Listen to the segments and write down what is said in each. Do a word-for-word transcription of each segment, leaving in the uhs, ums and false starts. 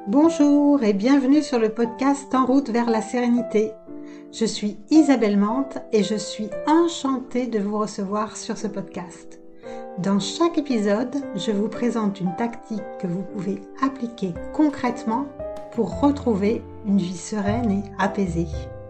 Bonjour et bienvenue sur le podcast En route vers la sérénité. Je suis Isabelle Mante et je suis enchantée de vous recevoir sur ce podcast. Dans chaque épisode, je vous présente une tactique que vous pouvez appliquer concrètement pour retrouver une vie sereine et apaisée.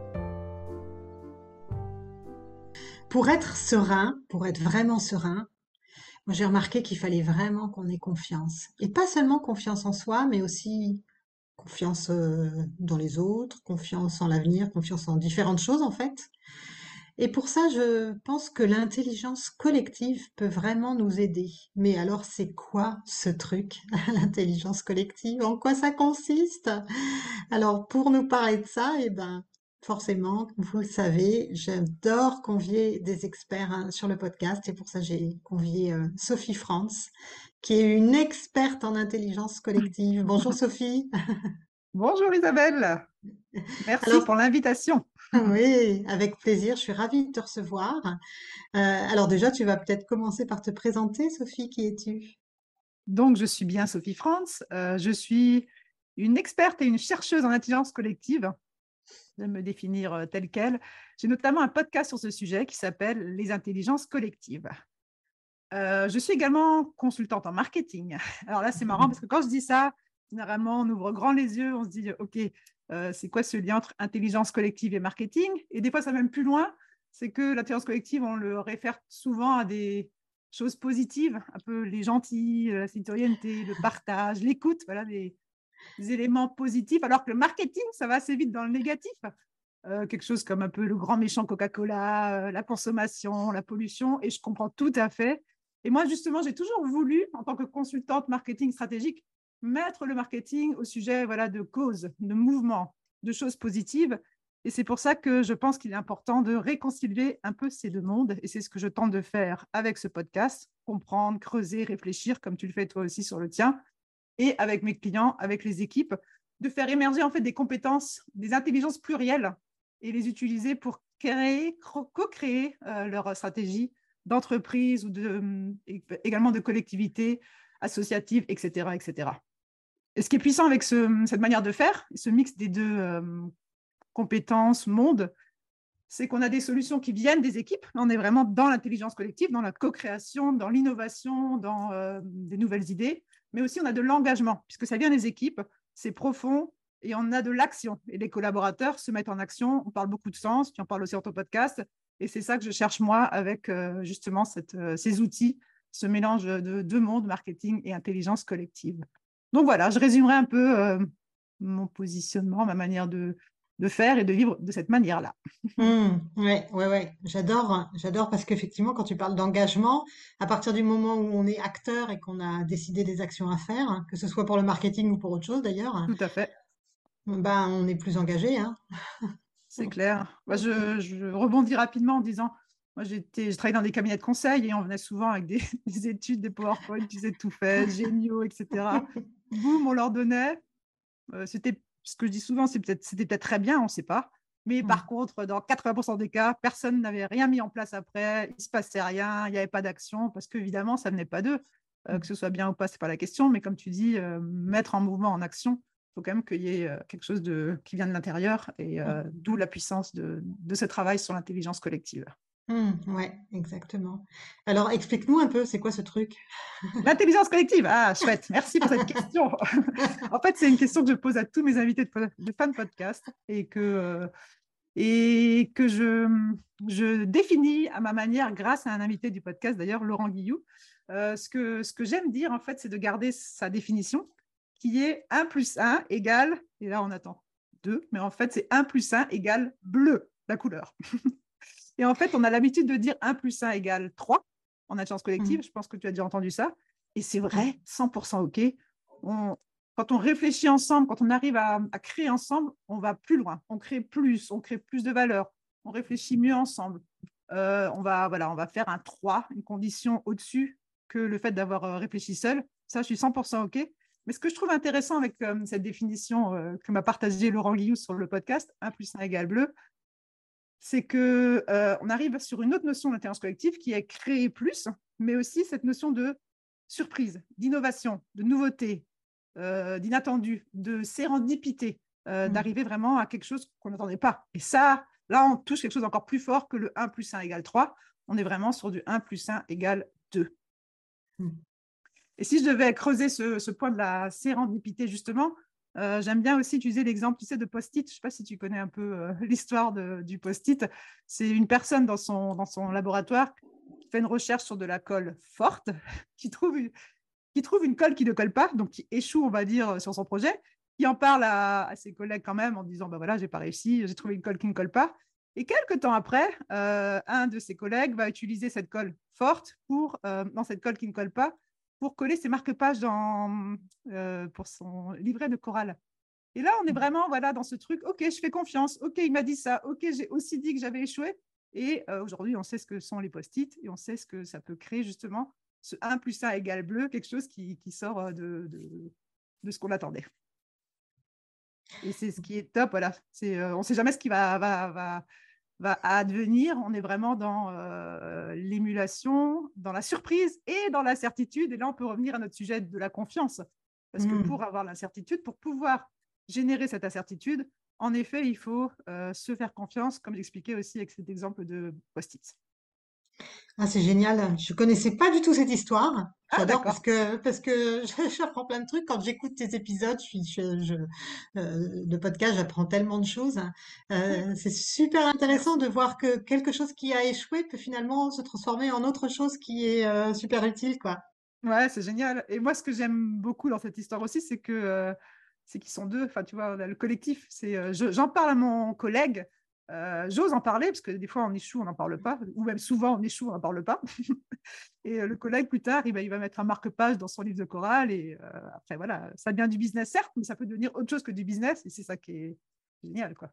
Pour être serein, pour être vraiment serein, moi j'ai remarqué qu'il fallait vraiment qu'on ait confiance. Et pas seulement confiance en soi, mais aussi confiance euh, dans les autres, confiance en l'avenir, confiance en différentes choses en fait. Et pour ça, je pense que l'intelligence collective peut vraiment nous aider. Mais alors, c'est quoi ce truc, l'intelligence collective? En quoi ça consiste? Alors, pour nous parler de ça, eh ben, forcément, vous le savez, j'adore convier des experts hein, sur le podcast. Et pour ça, j'ai convié euh, Sophie Franz, qui est une experte en intelligence collective. Bonjour Sophie. Bonjour Isabelle, merci Alors, pour l'invitation. oui, avec plaisir, je suis ravie de te recevoir. Euh, alors déjà, tu vas peut-être commencer par te présenter, Sophie, qui es-tu? Donc, je suis bien Sophie Franz, euh, je suis une experte et une chercheuse en intelligence collective, de me définir euh, telle qu'elle. J'ai notamment un podcast sur ce sujet qui s'appelle Les intelligences collectives. Euh, je suis également consultante en marketing. Alors là, c'est marrant parce que quand je dis ça, généralement, on ouvre grand les yeux, on se dit, OK, euh, c'est quoi ce lien entre intelligence collective et marketing? Et des fois, ça va même plus loin, c'est que l'intelligence collective, on le réfère souvent à des choses positives, un peu les gentils, la citoyenneté, le partage, l'écoute, voilà, des, des éléments positifs, alors que le marketing, ça va assez vite dans le négatif. Euh, quelque chose comme un peu le grand méchant Coca-Cola, euh, la consommation, la pollution, et je comprends tout à fait. Et moi, justement, j'ai toujours voulu, en tant que consultante marketing stratégique, mettre le marketing au sujet voilà, de causes, de mouvements, de choses positives. Et c'est pour ça que je pense qu'il est important de réconcilier un peu ces deux mondes. Et c'est ce que je tente de faire avec ce podcast, comprendre, creuser, réfléchir, comme tu le fais toi aussi sur le tien, et avec mes clients, avec les équipes, de faire émerger en fait des compétences, des intelligences plurielles et les utiliser pour créer, co-créer euh, leur stratégie d'entreprise ou de, également de collectivité associative, et cetera, et cetera. Et ce qui est puissant avec ce, cette manière de faire, ce mix des deux euh, compétences, mondes, c'est qu'on a des solutions qui viennent des équipes. Là, on est vraiment dans l'intelligence collective, dans la co-création, dans l'innovation, dans euh, des nouvelles idées, mais aussi on a de l'engagement, puisque ça vient des équipes, c'est profond, et on a de l'action. Et les collaborateurs se mettent en action, on parle beaucoup de sens, puis on parle aussi sur ton podcast, et c'est ça que je cherche moi avec euh, justement cette, euh, ces outils, ce mélange de deux mondes, marketing et intelligence collective. Donc voilà, je résumerai un peu euh, mon positionnement, ma manière de, de faire et de vivre de cette manière-là. Hmm, ouais, ouais, ouais. J'adore, hein. J'adore parce qu'effectivement, quand tu parles d'engagement, à partir du moment où on est acteur et qu'on a décidé des actions à faire, hein, que ce soit pour le marketing ou pour autre chose d'ailleurs, hein, Tout à fait. ben on est plus engagé, hein. C'est clair. Moi, je, je, rebondis rapidement en disant, moi, j'étais, je travaillais dans des cabinets de conseil et on venait souvent avec des, des études, des PowerPoint, tu sais, tout fait, géniaux, et cetera. Boum, on leur donnait. Euh, c'était, ce que je dis souvent, c'est peut-être, c'était peut-être très bien, on ne sait pas. Mais par contre, dans quatre-vingts pour cent des cas, personne n'avait rien mis en place après, il ne se passait rien, il n'y avait pas d'action, parce qu'évidemment, ça ne venait pas d'eux. Euh, que ce soit bien ou pas, ce n'est pas la question, mais comme tu dis, euh, mettre en mouvement, en action, il faut quand même qu'il y ait euh, quelque chose de, qui vient de l'intérieur, et euh, d'où la puissance de, de ce travail sur l'intelligence collective. Hmm, ouais, exactement. Alors explique-nous un peu, c'est quoi ce truc? L'intelligence collective, ah chouette, merci pour cette question. En fait, c'est une question que je pose à tous mes invités de, de fans de podcast et que euh, et que je, je définis à ma manière grâce à un invité du podcast, d'ailleurs, Laurent Guillou. Euh, ce que, ce que j'aime dire, en fait, c'est de garder sa définition, qui est un plus un égale, et là on attend deux, mais en fait c'est un plus un égale bleu, la couleur. Et en fait, on a l'habitude de dire un plus un égale trois en intelligence Hmm, collective, je pense que tu as déjà entendu ça, et c'est hmm, vrai, cent pour cent OK. On, quand on réfléchit ensemble, quand on arrive à, à créer ensemble, on va plus loin, on crée plus, on crée plus de valeur, on réfléchit mieux ensemble. Euh, on, va, voilà, on va faire un trois, une condition au-dessus que le fait d'avoir euh, réfléchi seul. Ça, je suis cent pour cent OK. Mais ce que je trouve intéressant avec euh, cette définition euh, que m'a partagée Laurent Guillou sur le podcast, un plus un égale bleu, c'est qu'on euh, arrive sur une autre notion d'intelligence collective qui est créer plus, mais aussi cette notion de surprise, d'innovation, de nouveauté, euh, d'inattendu, de sérendipité, euh, Mm. d'arriver vraiment à quelque chose qu'on n'attendait pas. Et ça, là, on touche quelque chose d'encore plus fort que le un plus un égale trois. On est vraiment sur du un plus un égale deux. Mm. Et si je devais creuser ce, ce point de la sérendipité, justement, euh, j'aime bien aussi utiliser l'exemple, tu sais, de post-it. Je ne sais pas si tu connais un peu euh, l'histoire de, du post-it. C'est une personne dans son, dans son laboratoire qui fait une recherche sur de la colle forte, qui trouve une, qui trouve une colle qui ne colle pas, donc qui échoue, on va dire, sur son projet, qui en parle à, à ses collègues quand même en disant, ben voilà, j'ai pas réussi, j'ai trouvé une colle qui ne colle pas. Et quelques temps après, euh, un de ses collègues va utiliser cette colle forte pour, euh, dans cette colle qui ne colle pas, pour coller ses marque-pages dans, euh, pour son livret de chorale. Et là, on est vraiment voilà, dans ce truc, OK, je fais confiance, OK, il m'a dit ça, OK, j'ai aussi dit que j'avais échoué. Et euh, aujourd'hui, on sait ce que sont les post-it et on sait ce que ça peut créer justement, ce un plus un égale bleu, quelque chose qui, qui sort de, de, de ce qu'on attendait. Et c'est ce qui est top, voilà. C'est, euh, on ne sait jamais ce qui va, va, va, va advenir. On est vraiment dans euh, l'émulation, dans la surprise et dans la certitude. Et là, on peut revenir à notre sujet de la confiance. Parce que pour Mm. avoir l'incertitude, pour pouvoir générer cette incertitude, en effet, il faut euh, se faire confiance, comme j'expliquais aussi avec cet exemple de post-it. Ah, c'est génial. Je connaissais pas du tout cette histoire. Ah, J'adore parce d'accord. que parce que j'apprends plein de trucs quand j'écoute tes épisodes. Je suis je, je euh, de podcast, j'apprends tellement de choses. Euh, c'est super intéressant Merci. de voir que quelque chose qui a échoué peut finalement se transformer en autre chose qui est euh, super utile, quoi. Ouais, c'est génial. Et moi, ce que j'aime beaucoup dans cette histoire aussi, c'est que euh, c'est qu'ils sont deux. Enfin, tu vois, le collectif, c'est euh, je- j'en parle à mon collègue. Euh, j'ose en parler parce que des fois on échoue, on n'en parle pas, ou même souvent on échoue, on n'en parle pas. Et euh, le collègue plus tard, il va, il va mettre un marque-page dans son livre de chorale. Et euh, après, voilà, ça devient du business certes, mais ça peut devenir autre chose que du business. Et c'est ça qui est génial, quoi.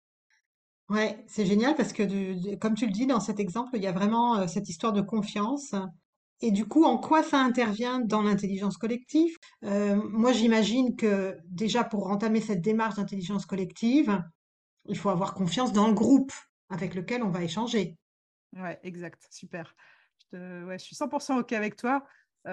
Ouais, c'est génial parce que du- du- comme tu le dis dans cet exemple, il y a vraiment euh, cette histoire de confiance. Et du coup, en quoi ça intervient dans l'intelligence collective? Euh, moi, j'imagine que déjà pour entamer cette démarche d'intelligence collective, il faut avoir confiance dans le groupe avec lequel on va échanger. Ouais, exact, super. Je, te- ouais, je suis cent pour cent OK avec toi.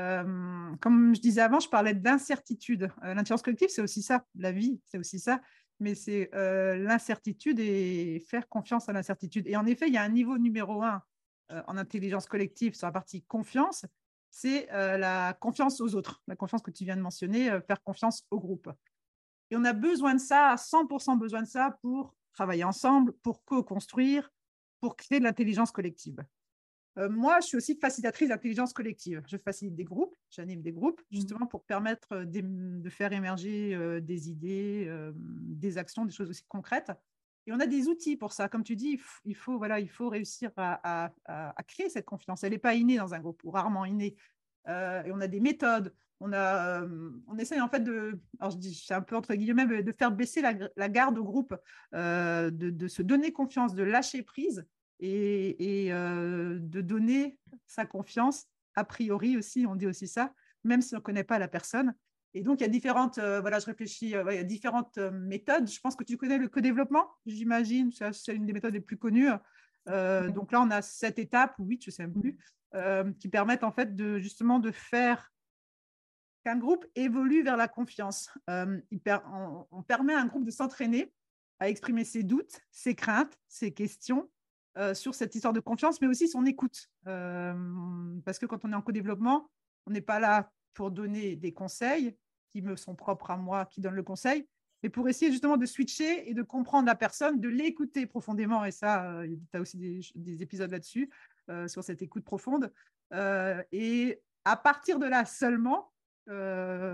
Euh, comme je disais avant, je parlais d'incertitude. Euh, l'intelligence collective, c'est aussi ça. La vie, c'est aussi ça. Mais c'est euh, l'incertitude et faire confiance à l'incertitude. Et en effet, il y a un niveau numéro un euh, en intelligence collective sur la partie confiance, c'est euh, la confiance aux autres, la confiance que tu viens de mentionner, euh, faire confiance au groupe. Et on a besoin de ça, cent pour cent besoin de ça pour travailler ensemble, pour co-construire, pour créer de l'intelligence collective. Euh, moi, je suis aussi facilitatrice d'intelligence collective. Je facilite des groupes, j'anime des groupes, Mm. justement pour permettre euh, de faire émerger euh, des idées, euh, des actions, des choses aussi concrètes. Et on a des outils pour ça. Comme tu dis, il faut, il faut voilà, il faut réussir à, à, à, créer cette confiance. Elle n'est pas innée dans un groupe, ou rarement innée. Euh, et on a des méthodes. On, a, euh, on essaye en fait de, alors je dis, c'est un peu entre guillemets, de faire baisser la, la garde au groupe, euh, de, de se donner confiance, de lâcher prise et, et euh, de donner sa confiance, a priori aussi, on dit aussi ça, même si on ne connaît pas la personne. Et donc, il y a différentes, euh, voilà, je réfléchis, euh, ouais, il y a différentes euh, méthodes. Je pense que tu connais le co-développement, j'imagine, c'est, c'est une des méthodes les plus connues. Euh, donc là, on a sept étapes, ou huit, je ne sais même plus, euh, qui permettent en fait de justement de faire qu'un groupe évolue vers la confiance. Euh, per on, on permet à un groupe de s'entraîner à exprimer ses doutes, ses craintes, ses questions euh, sur cette histoire de confiance, mais aussi son écoute. Euh, parce que quand on est en co-développement, on n'est pas là pour donner des conseils qui me sont propres à moi, qui donnent le conseil, mais pour essayer justement de switcher et de comprendre la personne, de l'écouter profondément. Et ça, euh, tu as aussi des, des épisodes là-dessus, euh, sur cette écoute profonde. Euh, et à partir de là seulement, euh,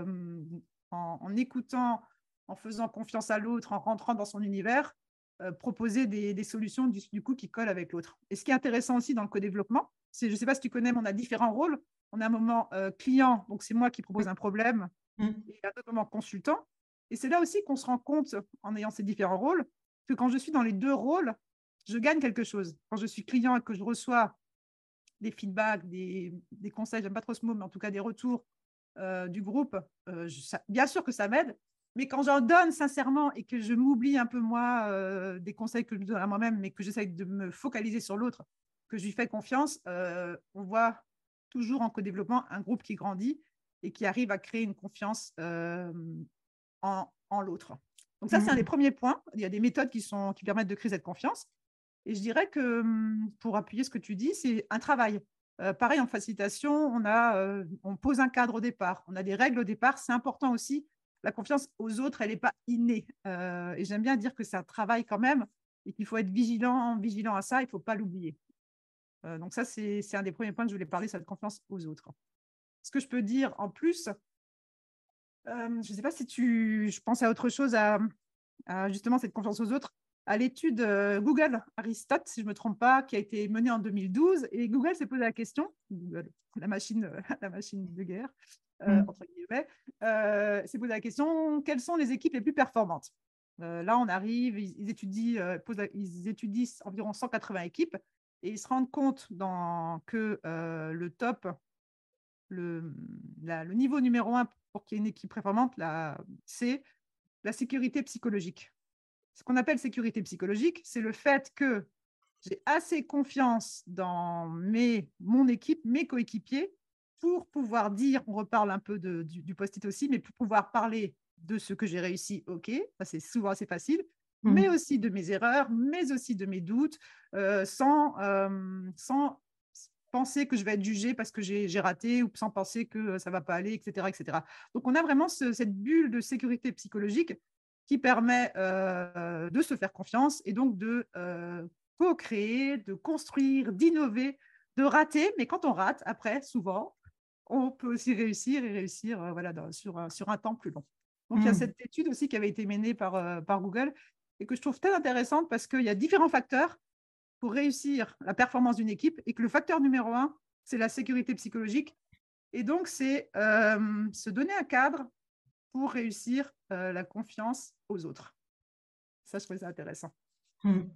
en, en, écoutant, en faisant confiance à l'autre, en rentrant dans son univers, euh, proposer des, des solutions du, du, coup qui collent avec l'autre. Et ce qui est intéressant aussi dans le co-développement, c'est, je ne sais pas si tu connais, mais on a différents rôles. On a un moment euh, client, donc c'est moi qui propose un problème, Mm. et un autre moment consultant. Et c'est là aussi qu'on se rend compte, en ayant ces différents rôles, que quand je suis dans les deux rôles, je gagne quelque chose. Quand je suis client et que je reçois des feedbacks, des, des conseils, j'aime pas trop ce mot, mais en tout cas des retours euh, du groupe, euh, je, ça, bien sûr que ça m'aide, mais quand j'en donne sincèrement et que je m'oublie un peu moi euh, des conseils que je me donne à moi-même, mais que j'essaye de me focaliser sur l'autre, que je lui fais confiance, euh, on voit toujours en co-développement un groupe qui grandit et qui arrive à créer une confiance euh, en, en l'autre. Donc ça, c'est un des Mhm. premiers points. Il y a des méthodes qui, sont, qui permettent de créer cette confiance. Et je dirais que pour appuyer ce que tu dis, c'est un travail. Euh, pareil, en facilitation, on, a, euh, on pose un cadre au départ, on a des règles au départ. C'est important aussi. La confiance aux autres, elle n'est pas innée. Euh, et j'aime bien dire que c'est un travail quand même et qu'il faut être vigilant, vigilant à ça. Il ne faut pas l'oublier. Euh, donc ça, c'est, c'est un des premiers points que je voulais parler, cette confiance aux autres. Ce que je peux dire en plus, euh, je ne sais pas si tu... Je pense à autre chose, à, à justement cette confiance aux autres, à l'étude euh, Google Aristote, si je ne me trompe pas, qui a été menée en deux mille douze. Et Google s'est posé la question, Google, la machine, euh, la machine de guerre, euh, Mhm. entre guillemets, euh, s'est posé la question, quelles sont les équipes les plus performantes? Euh, Là, on arrive, ils, ils, étudient, euh, posent, ils étudient environ cent quatre-vingts équipes et ils se rendent compte dans, que euh, le top, le, la, le niveau numéro un pour qu'il y ait une équipe performante, c'est la sécurité psychologique. Ce qu'on appelle sécurité psychologique, c'est le fait que j'ai assez confiance dans mes, mon équipe, mes coéquipiers, pour pouvoir dire, on reparle un peu de, du, du post-it aussi, mais pour pouvoir parler de ce que j'ai réussi, ok, ça c'est souvent assez facile, mais Mhm. aussi de mes erreurs, mais aussi de mes doutes, euh, sans, euh, sans penser que je vais être jugée parce que j'ai, j'ai raté ou sans penser que ça ne va pas aller, et cetera, et cetera. Donc on a vraiment ce, cette bulle de sécurité psychologique qui permet euh, de se faire confiance et donc de euh, co-créer, de construire, d'innover, de rater. Mais quand on rate, après, souvent, on peut aussi réussir et réussir euh, voilà, dans, sur, un, sur un temps plus long. Donc, il y a Mhm. cette étude aussi qui avait été menée par, euh, par Google et que je trouve très intéressante parce qu'il y a différents facteurs pour réussir la performance d'une équipe et que le facteur numéro un, c'est la sécurité psychologique. Et donc, c'est euh, se donner un cadre pour réussir euh, la confiance aux autres. Ça, je trouvais ça intéressant. Mhm.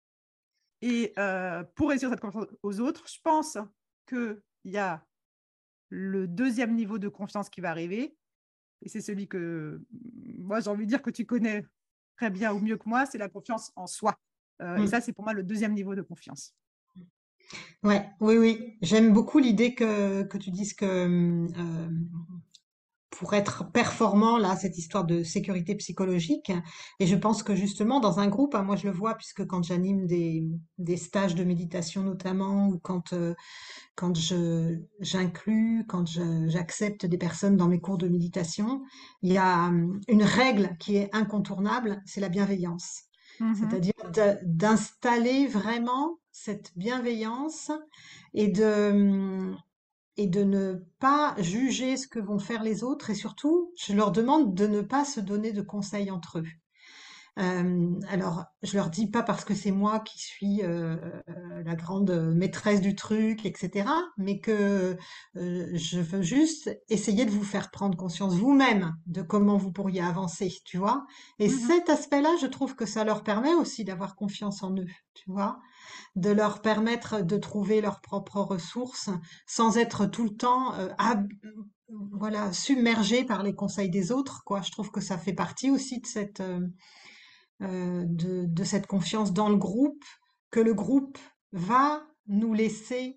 Et euh, pour réussir cette confiance aux autres, je pense qu'il y a le deuxième niveau de confiance qui va arriver. Et c'est celui que moi, j'ai envie de dire que tu connais très bien ou mieux que moi, c'est la confiance en soi. Euh, et ça, Mhm. c'est pour moi le deuxième niveau de confiance. Ouais, oui, oui. J'aime beaucoup l'idée que, que tu dises que euh, pour être performant, là, cette histoire de sécurité psychologique. Et je pense que justement, dans un groupe, hein, moi je le vois, puisque quand j'anime des, des stages de méditation notamment, ou quand, euh, quand je, j'inclus, quand je- j'accepte des personnes dans mes cours de méditation, il y a hum, une règle qui est incontournable, c'est la bienveillance. Mhm. C'est-à-dire de- d'installer vraiment cette bienveillance et de, hum, et de ne pas juger ce que vont faire les autres et surtout, je leur demande de ne pas se donner de conseils entre eux. Euh, alors, je leur dis pas parce que c'est moi qui suis euh, euh, la grande maîtresse du truc, et cetera, mais que euh, je veux juste essayer de vous faire prendre conscience vous-même de comment vous pourriez avancer, tu vois. Et Mhm. cet aspect-là, je trouve que ça leur permet aussi d'avoir confiance en eux, tu vois, de leur permettre de trouver leurs propres ressources sans être tout le temps euh, ab- voilà, submergé par les conseils des autres, quoi. Je trouve que ça fait partie aussi de cette, euh, euh, de, de cette confiance dans le groupe, que le groupe va nous laisser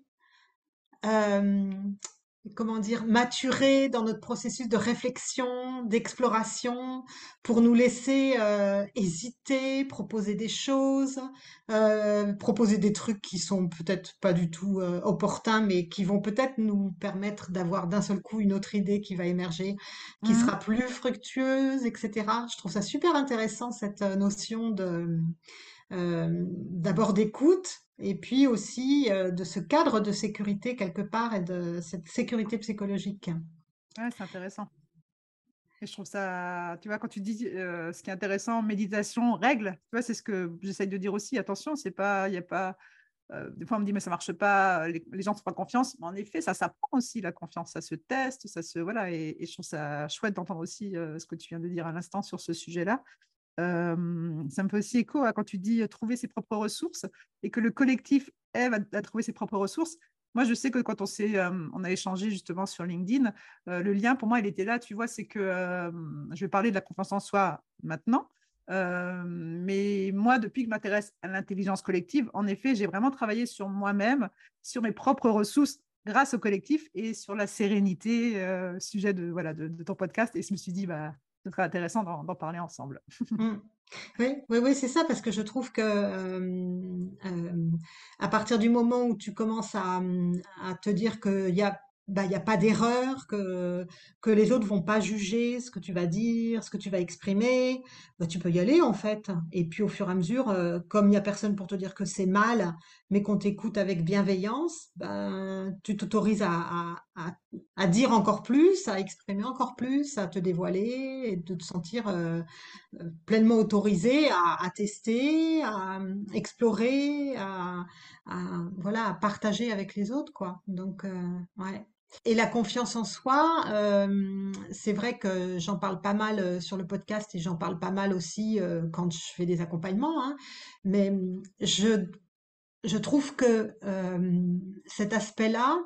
euh, comment dire, maturer dans notre processus de réflexion, d'exploration, pour nous laisser euh, hésiter, proposer des choses, euh, proposer des trucs qui sont peut-être pas du tout euh, opportuns, mais qui vont peut-être nous permettre d'avoir d'un seul coup une autre idée qui va émerger, qui Mhm. sera plus fructueuse, et cetera. Je trouve ça super intéressant, cette euh, notion de euh, d'abord d'écoute et puis aussi euh, de ce cadre de sécurité quelque part et de cette sécurité psychologique. Ouais, c'est intéressant. Et je trouve ça, tu vois, quand tu dis euh, ce qui est intéressant, méditation, règles, tu vois, c'est ce que j'essaye de dire aussi. Attention, c'est pas, il y a pas. Euh, des fois, on me dit, mais ça marche pas, les, les gens ne font pas confiance. Mais en effet, ça s'apprend aussi, la confiance. Ça se teste, ça se. Voilà. Et, et je trouve ça chouette d'entendre aussi euh, ce que tu viens de dire à l'instant sur ce sujet-là. Euh, ça me fait aussi écho à quand tu dis euh, trouver ses propres ressources et que le collectif aide à, à trouver ses propres ressources. Moi, je sais que quand on s'est, euh, on a échangé justement sur LinkedIn, euh, le lien pour moi, il était là. Tu vois, c'est que euh, je vais parler de la confiance en soi maintenant. Euh, mais moi, depuis que je m'intéresse à l'intelligence collective, en effet, j'ai vraiment travaillé sur moi-même, sur mes propres ressources, grâce au collectif et sur la sérénité, euh, sujet de, voilà, de, de ton podcast. Et je me suis dit, bah, ce serait intéressant d'en d'en parler ensemble. Mm. Oui, oui, oui, c'est ça, parce que je trouve que euh, euh, à partir du moment où tu commences à, hum, à te dire qu'il y a, bah, il y a pas d'erreur, que, que les autres vont pas juger ce que tu vas dire, ce que tu vas exprimer, bah, tu peux y aller en fait. Et puis au fur et à mesure, euh, comme il y a personne pour te dire que c'est mal, mais qu'on t'écoute avec bienveillance, ben, tu t'autorises à, à, à, à dire encore plus, à exprimer encore plus, à te dévoiler et de te sentir euh, euh, pleinement autorisé à, à tester, à euh, explorer, à, à, voilà, à partager avec les autres, quoi. Donc, euh, ouais. Et la confiance en soi, euh, c'est vrai que j'en parle pas mal euh, sur le podcast et j'en parle pas mal aussi euh, quand je fais des accompagnements, hein. Mais hum, je, je trouve que euh, cet aspect-là,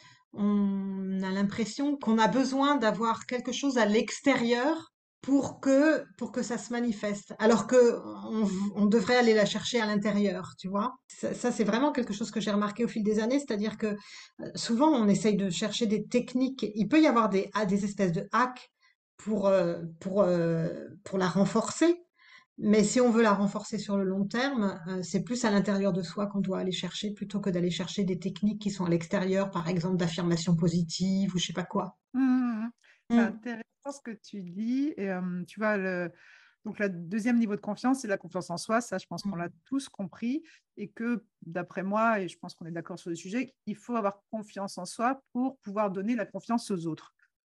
on a l'impression qu'on a besoin d'avoir quelque chose à l'extérieur pour que pour que ça se manifeste, alors que on, on devrait aller la chercher à l'intérieur, tu vois. Ça, ça, c'est vraiment quelque chose que j'ai remarqué au fil des années, c'est-à-dire que euh, souvent on essaye de chercher des techniques. Il peut y avoir des ah, des espèces de hacks pour euh, pour euh, pour la renforcer, mais si on veut la renforcer sur le long terme, euh, c'est plus à l'intérieur de soi qu'on doit aller chercher plutôt que d'aller chercher des techniques qui sont à l'extérieur, par exemple d'affirmation positive ou je sais pas quoi. Mmh. C'est Mm, intéressant ce que tu dis. Et euh, tu vois, le, donc le deuxième niveau de confiance, c'est la confiance en soi. Ça, je pense qu'on l'a mm, tous compris. Et que, d'après moi, et je pense qu'on est d'accord sur le sujet, il faut avoir confiance en soi pour pouvoir donner la confiance aux autres.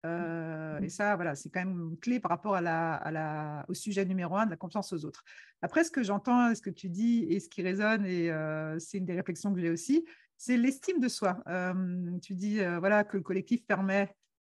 Euh, et mm. ça, voilà, c'est quand même une clé par rapport à la, à la, au sujet numéro un de la confiance aux autres. Après, ce que j'entends, ce que tu dis et ce qui résonne, et euh, c'est une des réflexions que j'ai aussi, c'est l'estime de soi. Euh, tu dis euh, voilà, que le collectif permet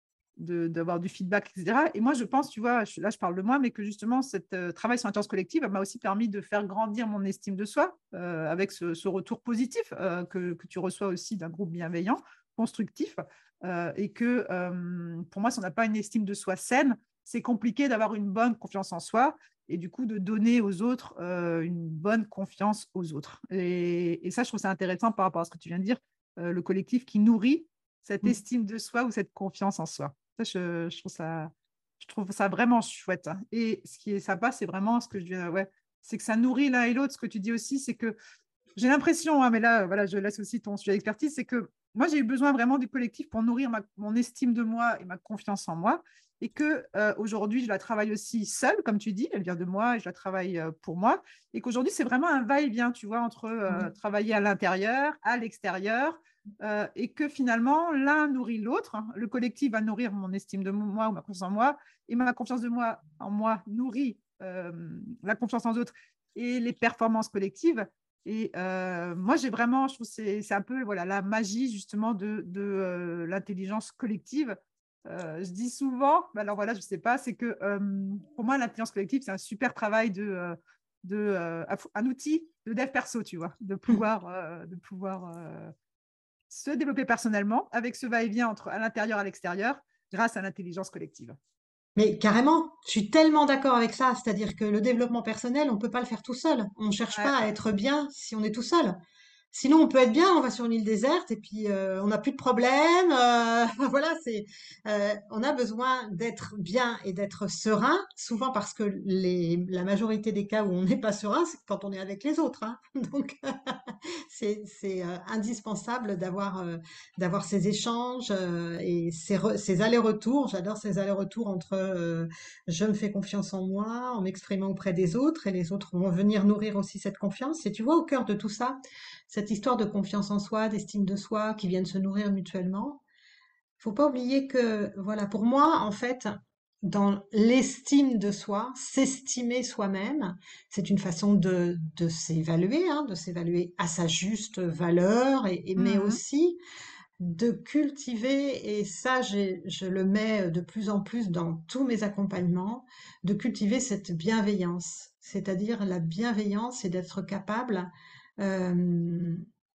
d'avoir du feedback, et cetera. Et moi, je pense, tu vois, je, là, je parle de moi, mais que justement, ce euh, travail sur l'intelligence collective m'a aussi permis de faire grandir mon estime de soi euh, avec ce, ce, retour positif euh, que, que, tu reçois aussi d'un groupe bienveillant, constructif. Euh, et que euh, pour moi, si on n'a pas une estime de soi saine, c'est compliqué d'avoir une bonne confiance en soi et du coup de donner aux autres euh, une bonne confiance aux autres. Et, et, ça, je trouve ça intéressant par rapport à ce que tu viens de dire, euh, le collectif qui nourrit cette Mm. estime de soi ou cette confiance en soi. Ça, je, je trouve ça, je trouve ça vraiment chouette. Hein. Et ce qui est sympa, c'est vraiment ce que je viens, ouais, c'est que ça nourrit l'un et l'autre. Ce que tu dis aussi, c'est que j'ai l'impression, hein, mais là, voilà, je laisse aussi ton sujet d'expertise, c'est que moi, j'ai eu besoin vraiment du collectif pour nourrir ma, mon estime de moi et ma confiance en moi. Et que euh, aujourd'hui, je la travaille aussi seule, comme tu dis, elle vient de moi et je la travaille euh, pour moi. Et qu'aujourd'hui, c'est vraiment un va-et-vient, tu vois, entre euh, Oui. travailler à l'intérieur, à l'extérieur, euh, et que finalement, l'un nourrit l'autre. Hein. Le collectif va nourrir mon estime de moi ou ma confiance en moi, et ma confiance de moi en moi nourrit euh, la confiance en autres et les performances collectives. Et euh, moi, j'ai vraiment, je trouve que c'est un peu voilà, la magie justement de, de euh, l'intelligence collective. Euh, je dis souvent, alors voilà, je ne sais pas, c'est que euh, pour moi, l'intelligence collective, c'est un super travail de, euh, de euh, un outil de dev perso, tu vois, de Mm. pouvoir, euh, de pouvoir euh, se développer personnellement avec ce va-et-vient entre à l'intérieur et à l'extérieur grâce à l'intelligence collective. Mais carrément, je suis tellement d'accord avec ça. C'est-à-dire que le développement personnel, on peut pas le faire tout seul. On ne cherche Ouais. pas à être bien si on est tout seul. Sinon, on peut être bien, on va sur une île déserte et puis euh, on n'a plus de problème. euh, voilà, c'est, euh, on a besoin d'être bien et d'être serein, souvent parce que les, la majorité des cas où on n'est pas serein, c'est quand on est avec les autres, hein. Donc, c'est, c'est euh, indispensable d'avoir euh, d'avoir ces échanges euh, et ces, re- ces allers-retours. J'adore ces allers-retours entre euh, je me fais confiance en moi, en m'exprimant auprès des autres, et les autres vont venir nourrir aussi cette confiance. Et tu vois, au cœur de tout ça, cette histoire de confiance en soi, d'estime de soi, qui viennent se nourrir mutuellement. Faut pas oublier que, voilà, pour moi, en fait, dans l'estime de soi, s'estimer soi-même, c'est une façon de, de s'évaluer, hein, de s'évaluer à sa juste valeur, et, et- mais Mhm. aussi de cultiver, et ça, j'ai- je le mets de plus en plus dans tous mes accompagnements, de cultiver cette bienveillance, c'est-à-dire la bienveillance et d'être capable, euh,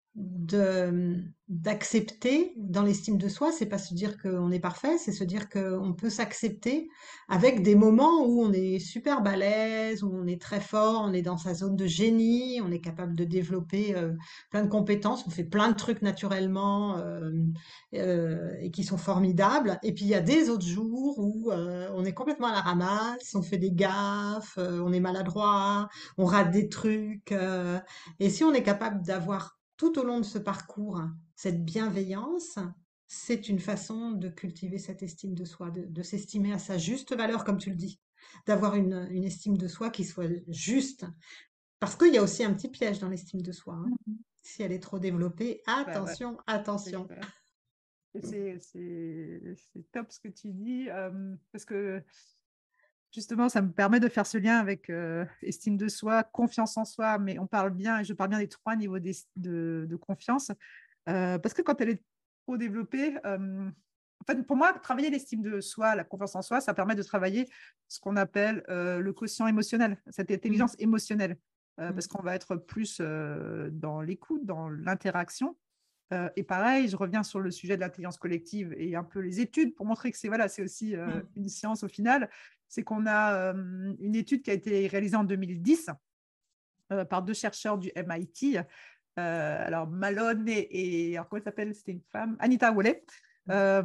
de d'accepter dans l'estime de soi, c'est pas se dire qu'on est parfait, c'est se dire qu'on peut s'accepter avec des moments où on est super balèze, où on est très fort, on est dans sa zone de génie, on est capable de développer euh, plein de compétences, on fait plein de trucs naturellement euh, euh, et qui sont formidables. Et puis il y a des autres jours où euh, on est complètement à la ramasse, on fait des gaffes, euh, on est maladroit, on rate des trucs. euh, et si on est capable d'avoir tout au long de ce parcours cette bienveillance, c'est une façon de cultiver cette estime de soi, de, de s'estimer à sa juste valeur, comme tu le dis, d'avoir une, une estime de soi qui soit juste. Parce qu'il y a aussi un petit piège dans l'estime de soi, hein. Mhm. Si elle est trop développée, Bah ouais, attention, c'est attention. clair. Et C'est c'est- c'est top ce que tu dis, euh, parce que justement, ça me permet de faire ce lien avec euh, estime de soi, confiance en soi, mais on parle bien, et je parle bien des trois niveaux d'es- de, de confiance, euh, parce que quand elle est trop développée, euh, en fait, pour moi, travailler l'estime de soi, la confiance en soi, ça permet de travailler ce qu'on appelle euh, le quotient émotionnel, cette Mm, intelligence émotionnelle, euh, mm, parce qu'on va être plus euh, dans l'écoute, dans l'interaction. Euh, et pareil, je reviens sur le sujet de l'intelligence collective et un peu les études pour montrer que c'est voilà, c'est aussi euh, mm, une science au final. C'est qu'on a euh, une étude qui a été réalisée en deux mille dix euh, par deux chercheurs du M I T. Euh, alors Malone et, et alors comment elle s'appelle? C'était une femme, Anita Woley. Euh,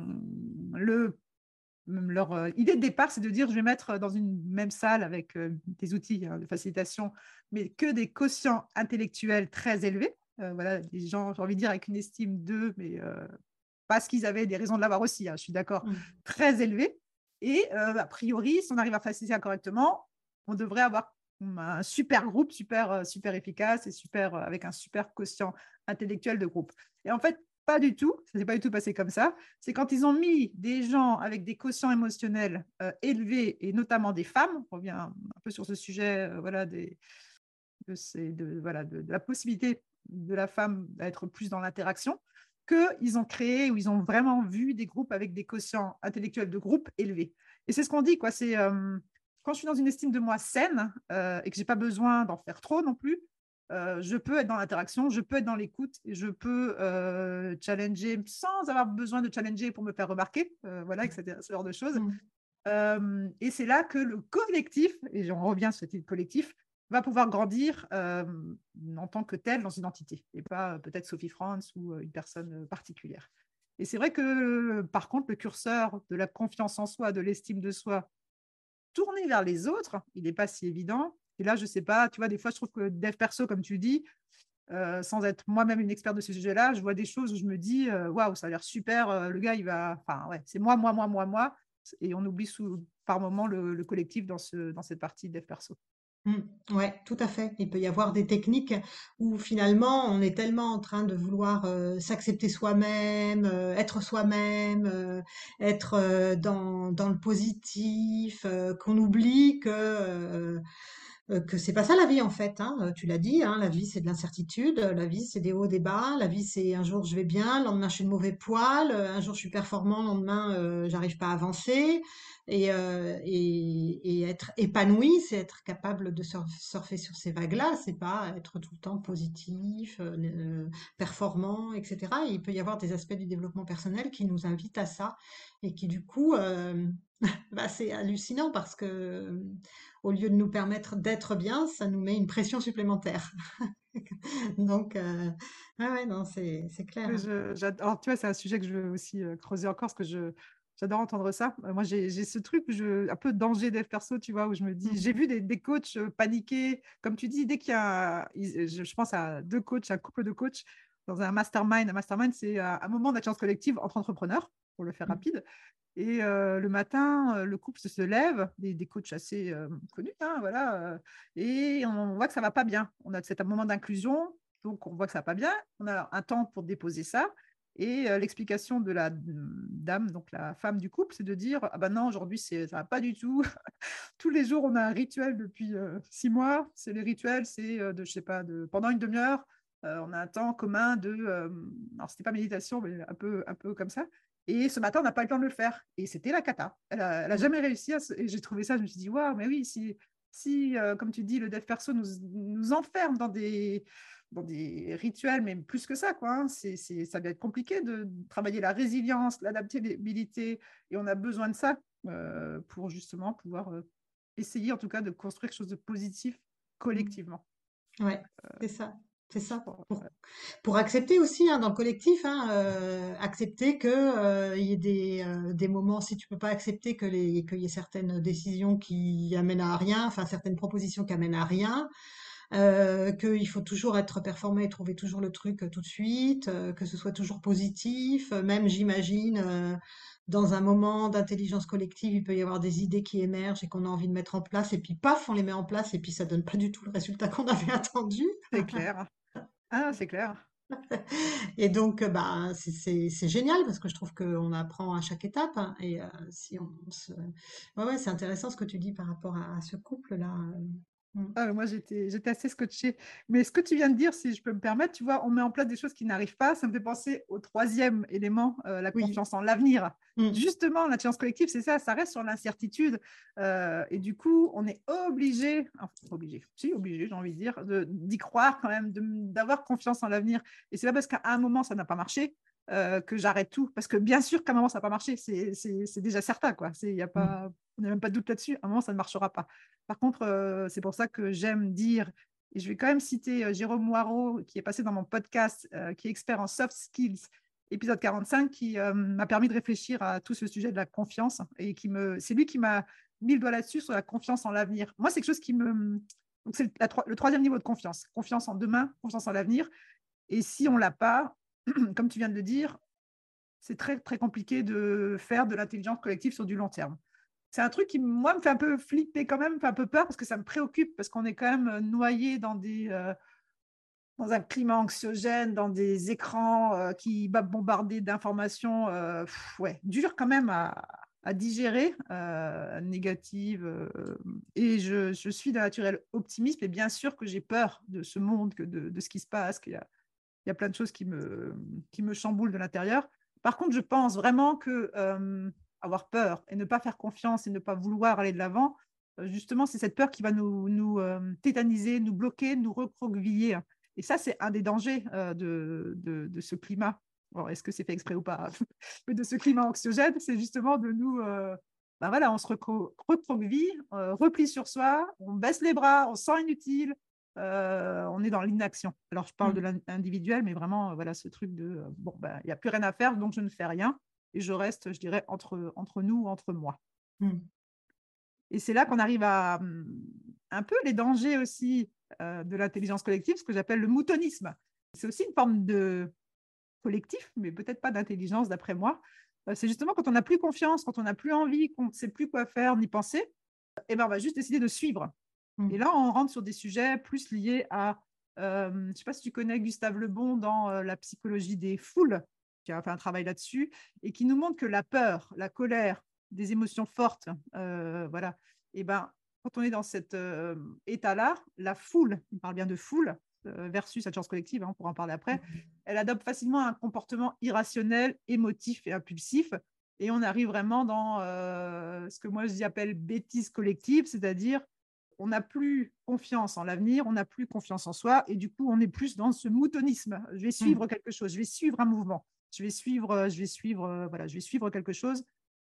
le leur euh, idée de départ, c'est de dire je vais mettre dans une même salle avec euh, des outils hein, de facilitation, mais que des quotients intellectuels très élevés. Euh, voilà, des gens, j'ai envie de dire, avec une estime d'eux, mais euh, parce qu'ils avaient des raisons de l'avoir aussi, hein, je suis d'accord, mm, très élevés. Et euh, a priori, si on arrive à faciliter correctement, on devrait avoir un super groupe, super, euh, super efficace et super, euh, avec un super quotient intellectuel de groupe. Et en fait, pas du tout, ça s'est pas du tout passé comme ça. C'est quand ils ont mis des gens avec des quotients émotionnels euh, élevés, et notamment des femmes, on revient un peu sur ce sujet euh, voilà, des, de, ces, de, voilà, de, de la possibilité de la femme d'être plus dans l'interaction, qu'ils ont créé ou ils ont vraiment vu des groupes avec des quotients intellectuels de groupe élevés. Et c'est ce qu'on dit, quoi. C'est euh, quand je suis dans une estime de moi saine euh, et que j'ai pas besoin d'en faire trop non plus, euh, je peux être dans l'interaction, je peux être dans l'écoute, je peux euh, challenger sans avoir besoin de challenger pour me faire remarquer, euh, voilà, et cetera, ce genre de choses. mm. Euh, et c'est là que le collectif, et j'en reviens sur ce titre collectif, va pouvoir grandir euh, en tant que tel dans une entité, et pas euh, peut-être Sophie Franz ou euh, une personne euh, particulière. Et c'est vrai que, par contre, le curseur de la confiance en soi, de l'estime de soi, tourné vers les autres, il n'est pas si évident. Et là, je ne sais pas, tu vois, des fois, je trouve que dev perso, comme tu dis, euh, sans être moi-même une experte de ce sujet-là, je vois des choses où je me dis, euh, waouh, ça a l'air super, euh, le gars, il va. Enfin, ouais, c'est moi, moi, moi, moi, moi. Et on oublie sous, par moment le, le collectif dans, ce, dans cette partie dev perso. Mmh. Ouais, tout à fait. Il peut y avoir des techniques où finalement on est tellement en train de vouloir euh, s'accepter soi-même, euh, être soi-même, euh, être euh, dans, dans le positif, euh, qu'on oublie que euh, euh, que c'est pas ça la vie en fait, hein. Euh, Tu l'as dit, hein, la vie c'est de l'incertitude, la vie c'est des hauts, des bas, la vie c'est un jour je vais bien, le lendemain je suis de mauvais poil, euh, un jour je suis performant, le lendemain euh, j'arrive pas à avancer. Et, euh, et, et être épanoui, c'est être capable de surf- surfer sur ces vagues-là, c'est pas être tout le temps positif, euh, euh, performant, et cetera. Il peut y avoir des aspects du développement personnel qui nous invitent à ça et qui du coup, euh, bah, c'est hallucinant parce que au lieu de nous permettre d'être bien, ça nous met une pression supplémentaire. Donc, euh, ah ouais, non, c'est c'est clair, Mais hein. je, j'adore, tu vois, c'est un sujet que je veux aussi euh, creuser encore parce que je, j'adore entendre ça. Euh, moi, j'ai, j'ai ce truc, où je, un peu de danger dev perso, tu vois, où je me dis, Mm, j'ai vu des, des coachs euh, paniquer. Comme tu dis, dès qu'il y a, ils- je, je pense à deux coachs, un couple de coachs dans un mastermind. Un mastermind, c'est un, un moment d'intelligence collective entre entrepreneurs, pour le faire mm, rapide. Et euh, le matin, euh, le couple se lève, des, des coachs assez euh, connus, hein, voilà, euh, et on voit que ça va pas bien. On a cet moment d'inclusion, donc on voit que ça va pas bien. On a un temps pour déposer ça. Et euh, l'explication de la dame, donc la femme du couple, c'est de dire ah ben non, aujourd'hui c'est, ça va pas du tout. Tous les jours, on a un rituel depuis euh, six mois. C'est les rituels, c'est euh, de je sais pas, de pendant une demi-heure, euh, on a un temps commun de, euh, alors c'était pas méditation, mais un peu, un peu comme ça. Et ce matin, on n'a pas eu le temps de le faire. Et c'était la cata. Elle a, elle a mm, jamais réussi. À se... Et j'ai trouvé ça, je me suis dit, waouh, mais oui, si, si euh, comme tu dis, le dev perso nous, nous enferme dans des, dans des rituels, mais plus que ça, quoi. Hein. C'est, c'est, ça va être compliqué de travailler la résilience, l'adaptabilité, et on a besoin de ça euh, pour justement pouvoir euh, essayer, en tout cas, de construire quelque chose de positif collectivement. Ouais, c'est ça, c'est Je ça. crois. Pour, pour accepter aussi hein, dans le collectif, hein, euh, accepter que euh, il y ait des, euh, des moments, si tu peux pas accepter que les, qu'il y ait certaines décisions qui amènent à rien, enfin certaines propositions qui amènent à rien, euh, qu'il faut toujours être performant et trouver toujours le truc euh, tout de suite, euh, que ce soit toujours positif, euh, même j'imagine. Euh, dans un moment d'intelligence collective, il peut y avoir des idées qui émergent et qu'on a envie de mettre en place, et puis paf, on les met en place, et puis ça donne pas du tout le résultat qu'on avait attendu. C'est clair. Ah, c'est clair. Et donc, euh, bah, c'est c'est- c'est génial parce que je trouve qu'on apprend à chaque étape. Hein, et euh, si on se... Ouais, ouais, c'est intéressant ce que tu dis par rapport à, à ce couple-là. euh. Mm. Ah, moi, j'étais, j'étais assez scotchée. Mais ce que tu viens de dire, si je peux me permettre, tu vois, on met en place des choses qui n'arrivent pas. Ça me fait penser au troisième élément, euh, la Oui. confiance en l'avenir. Mm. Justement, l'intelligence collective, c'est ça, ça reste sur l'incertitude. Euh, et du coup, on est obligé, enfin, obligé, si, obligé, j'ai envie de dire, de, d'y croire quand même, de, d'avoir confiance en l'avenir. Et c'est pas parce qu'à un moment, ça n'a pas marché euh, que j'arrête tout. Parce que bien sûr qu'à un moment, ça n'a pas marché. C'est, c'est, c'est déjà certain, quoi. C'est, y a Mm. pas, on n'a même pas de doute là-dessus. À un moment, ça ne marchera pas. Par contre, euh, c'est pour ça que j'aime dire, et je vais quand même citer euh, Jérôme Moirot, qui est passé dans mon podcast, euh, qui est expert en soft skills, épisode quarante-cinq, qui euh, m'a permis de réfléchir à tout ce sujet de la confiance. Et qui me, c'est lui qui m'a mis le doigt là-dessus, sur la confiance en l'avenir. Moi, c'est quelque chose qui me... Donc, c'est la, le troisième niveau de confiance. Confiance en demain, confiance en l'avenir. Et si on ne l'a pas, comme tu viens de le dire, c'est très, très compliqué de faire de l'intelligence collective sur du long terme. C'est un truc qui, moi, me fait un peu flipper quand même, me fait un peu peur parce que ça me préoccupe, parce qu'on est quand même noyé dans, des, euh, dans un climat anxiogène, dans des écrans euh, qui bombardés d'informations euh, pff, ouais, dures quand même à, à digérer, euh, négatives. Euh, et je, je suis d'un naturel optimiste, mais bien sûr que j'ai peur de ce monde, que de, de ce qui se passe, qu'il y a, il y a plein de choses qui me, qui me chamboulent de l'intérieur. Par contre, je pense vraiment que euh, avoir peur et ne pas faire confiance et ne pas vouloir aller de l'avant, euh, justement, c'est cette peur qui va nous, nous euh, tétaniser, nous bloquer, nous recroqueviller. Et ça, c'est un des dangers euh, de, de, de, ce climat. Alors, est-ce que c'est fait exprès ou pas? Mais de ce climat anxiogène, c'est justement de nous... Euh, ben voilà, on se recroqueville, euh, replie sur soi, on baisse les bras, on se sent inutile, euh, on est dans l'inaction. Alors, je parle de Mm. l'individuel, mais vraiment, euh, voilà, ce truc de, euh, bon, ben, il n'y a plus rien à faire, donc je ne fais rien, et je reste, je dirais, entre, entre nous, entre moi. Mm. Et c'est là qu'on arrive à um, un peu les dangers aussi euh, de l'intelligence collective, ce que j'appelle le moutonisme. C'est aussi une forme de collectif, mais peut-être pas d'intelligence, d'après moi. Euh, c'est justement quand on n'a plus confiance, quand on n'a plus envie, qu'on ne sait plus quoi faire ni penser, et ben, on va juste décider de suivre. Et Mm. là, on rentre sur des sujets plus liés à, euh, je ne sais pas si tu connais Gustave Le Bon dans euh, La psychologie des foules, qui a fait un travail là-dessus, et qui nous montre que la peur, la colère, des émotions fortes, euh, voilà, et ben, quand on est dans cet euh, état-là, la foule, on parle bien de foule, euh, versus la chance collective, hein, on pourra en parler après, elle adopte facilement un comportement irrationnel, émotif et impulsif, et on arrive vraiment dans euh, ce que moi j'appelle bêtise collective, c'est-à-dire on n'a plus confiance en l'avenir, on n'a plus confiance en soi, et du coup, on est plus dans ce moutonisme. Je vais Mm. suivre quelque chose, je vais suivre un mouvement, je vais suivre, je vais suivre, voilà, je vais suivre quelque chose.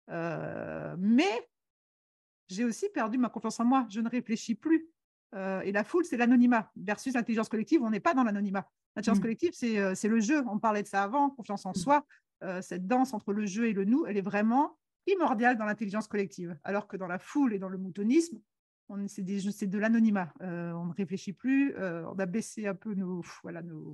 Euh, mais j'ai aussi perdu ma confiance en moi. Je ne réfléchis plus. Euh, et la foule, c'est l'anonymat. Versus l'intelligence collective, on n'est pas dans l'anonymat. L'intelligence Mm. collective, c'est euh, c'est le jeu. On parlait de ça avant, confiance en soi. Euh, cette danse entre le jeu et le nous, elle est vraiment primordiale dans l'intelligence collective. Alors que dans la foule et dans le moutonisme, c'est de l'anonymat. Euh, on ne réfléchit plus. Euh, on a baissé un peu nos, voilà, nos,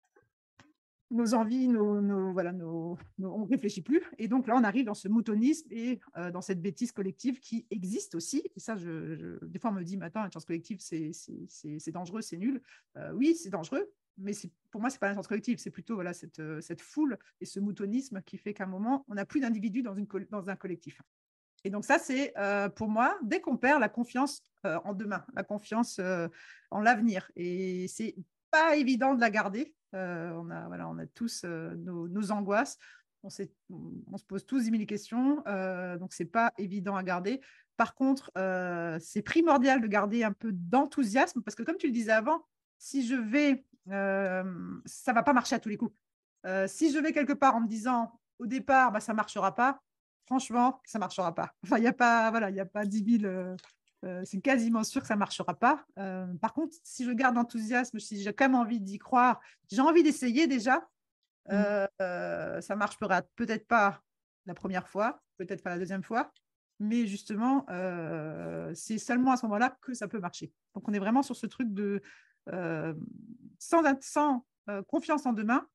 nos envies, nos, nos, voilà, nos, nos, on ne réfléchit plus. Et donc là, on arrive dans ce moutonisme et euh, dans cette bêtise collective qui existe aussi. Et ça, je, je, des fois, on me dit, mais attends, la chance collective, c'est dangereux, c'est nul. Euh, oui, c'est dangereux, mais pour moi, ce n'est pas la chance collective, c'est plutôt voilà, cette, cette foule et ce moutonisme qui fait qu'à un moment, on n'a plus d'individus dans, dans un collectif. Et donc ça, c'est euh, pour moi, dès qu'on perd la confiance euh, en demain, la confiance euh, en l'avenir. Et c'est pas évident de la garder. Euh, on, a, voilà, on a tous euh, nos, nos angoisses. On, on se pose tous dix mille questions. Euh, donc, c'est pas évident à garder. Par contre, euh, c'est primordial de garder un peu d'enthousiasme parce que, comme tu le disais avant, si je vais, euh, ça va pas marcher à tous les coups. Euh, si je vais quelque part en me disant au départ, bah, ça marchera pas, franchement, ça marchera pas. Enfin, il n'y a pas, voilà, il y a pas dix mille. Euh, euh, c'est quasiment sûr que ça marchera pas. Euh, par contre, si je garde l'enthousiasme, si j'ai quand même envie d'y croire, j'ai envie d'essayer déjà. Mm. Euh, euh, ça marchera peut-être pas la première fois, peut-être pas la deuxième fois, mais justement, euh, c'est seulement à ce moment-là que ça peut marcher. Donc, on est vraiment sur ce truc de euh, sans, sans euh, confiance en demain,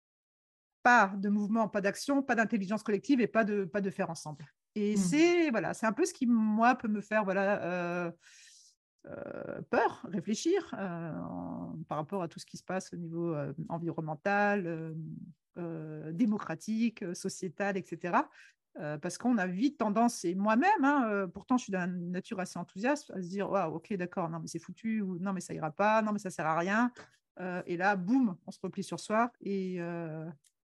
pas de mouvement, pas d'action, pas d'intelligence collective et pas de, pas de faire ensemble. Et Mm. c'est voilà, c'est un peu ce qui, moi, peut me faire voilà, euh, euh, peur, réfléchir euh, en, par rapport à tout ce qui se passe au niveau euh, environnemental, euh, euh, démocratique, euh, sociétal, et cetera. Euh, parce qu'on a vite tendance, et moi-même, hein, euh, pourtant je suis d'une nature assez enthousiaste, à se dire waouh, ok, d'accord, non, mais c'est foutu, ou non, mais ça ira pas, non, mais ça sert à rien. Euh, et là, boum, on se replie sur soi et, euh,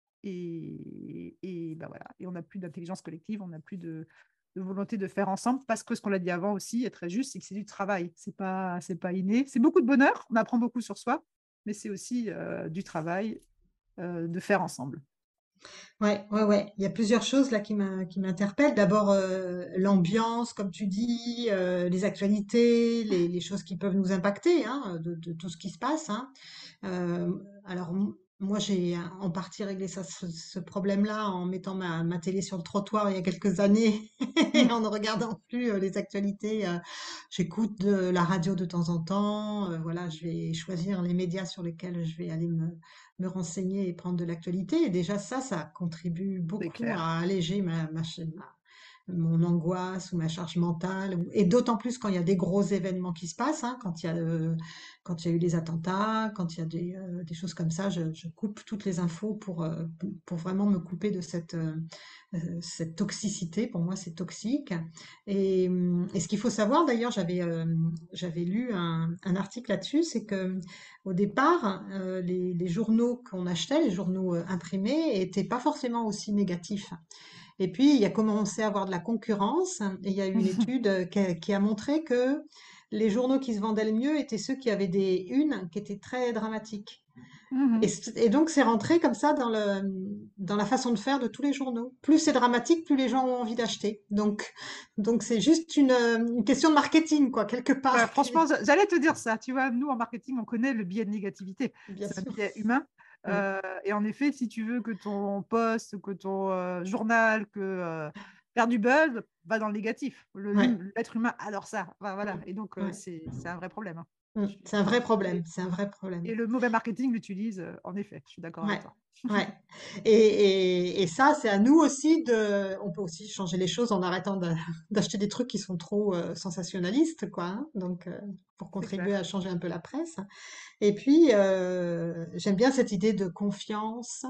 et, et ben voilà. Et on n'a plus d'intelligence collective, on n'a plus de, de volonté de faire ensemble parce que ce qu'on a dit avant aussi est très juste, c'est que c'est du travail. C'est pas, c'est pas inné. C'est beaucoup de bonheur, on apprend beaucoup sur soi, mais c'est aussi euh, du travail euh, de faire ensemble. Ouais, ouais, ouais. Il y a plusieurs choses là qui m'in- qui m'interpellent. D'abord, euh, l'ambiance, comme tu dis, euh, les actualités, les, les choses qui peuvent nous impacter, hein, de, de tout ce qui se passe, hein. Euh, alors, m- moi, j'ai euh, en partie réglé ça, ce, ce problème-là en mettant ma, ma télé sur le trottoir il y a quelques années et Mm. en ne regardant plus euh, les actualités. Euh, j'écoute de la radio de temps en temps. Euh, voilà, je vais choisir les médias sur lesquels je vais aller me, me renseigner et prendre de l'actualité. Et déjà, ça, ça contribue C'est beaucoup clair. à alléger ma, ma, ma- mon angoisse ou ma charge mentale, ou- et d'autant plus quand il y a des gros événements qui se passent, hein, quand il y a, euh, quand il y a eu les attentats, quand il y a des, euh, des choses comme ça, je, je coupe toutes les infos pour, euh, pour pour vraiment me couper de cette, euh, euh, cette toxicité. Pour moi, c'est toxique. Et, hum, et ce qu'il faut savoir, d'ailleurs, j'avais euh, j'avais lu un, un article là-dessus, c'est que au départ, euh, les, les journaux qu'on achetait, les journaux euh, imprimés, étaient pas forcément aussi négatifs. Et puis, il y a commencé à avoir de la concurrence, et il y a eu une étude euh, qui a, qui a montré que les journaux qui se vendaient le mieux étaient ceux qui avaient des unes qui étaient très dramatiques. Et, Mhm. c- et donc, c'est rentré comme ça dans le, dans la façon de faire de tous les journaux. Plus c'est dramatique, plus les gens ont envie d'acheter. Donc, donc c'est juste une, euh, une question de marketing, quoi, quelque Ouais, part. franchement, qui- j'a- j'allais te dire ça. Tu vois, nous en marketing, on connaît le biais de négativité. Bien C'est un sûr. biais humain. Ouais. Euh, et en effet, si tu veux que ton post, que ton euh, journal, que euh, faire du buzz, va dans le négatif. Le- Ouais. l'hum- L'être humain adore ça. Enfin, voilà. Mm. Et donc, euh, Ouais. c'est c'est un vrai problème. Hein. Mm. Je suis- C'est un vrai Et, problème. C'est un vrai et problème. le mauvais marketing l'utilise, euh, en effet. Je suis d'accord avec Ouais, toi. ouais. Et, et, et ça, c'est à nous aussi de. On peut aussi changer les choses en arrêtant de- d'acheter des trucs qui sont trop euh, sensationnalistes, quoi, hein. Donc, euh, pour C'est contribuer clair. à changer un peu la presse. Et puis, euh, j'aime bien cette idée de confiance.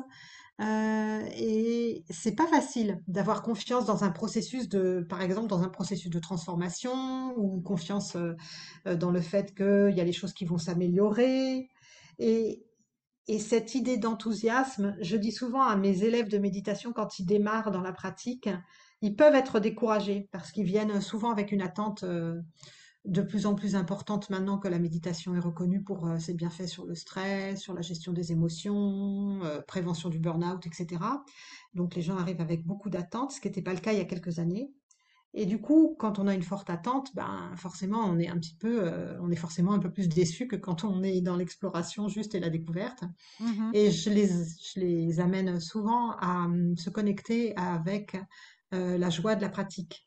Euh, et c'est pas facile d'avoir confiance dans un processus de, par exemple, dans un processus de transformation ou confiance euh, euh, dans le fait qu'il y a les choses qui vont s'améliorer. Et, et cette idée d'enthousiasme, je dis souvent à mes élèves de méditation quand ils démarrent dans la pratique, ils peuvent être découragés parce qu'ils viennent souvent avec une attente euh, de plus en plus importante maintenant que la méditation est reconnue pour euh, ses bienfaits sur le stress, sur la gestion des émotions, euh, prévention du burn-out, et cetera. Donc les gens arrivent avec beaucoup d'attentes, ce qui n'était pas le cas il y a quelques années. Et du coup, quand on a une forte attente, ben forcément, on est un petit peu, euh, on est forcément un peu plus déçu que quand on est dans l'exploration juste et la découverte. Mhm. Et je les, je les amène souvent à hum, se connecter avec euh, la joie de la pratique,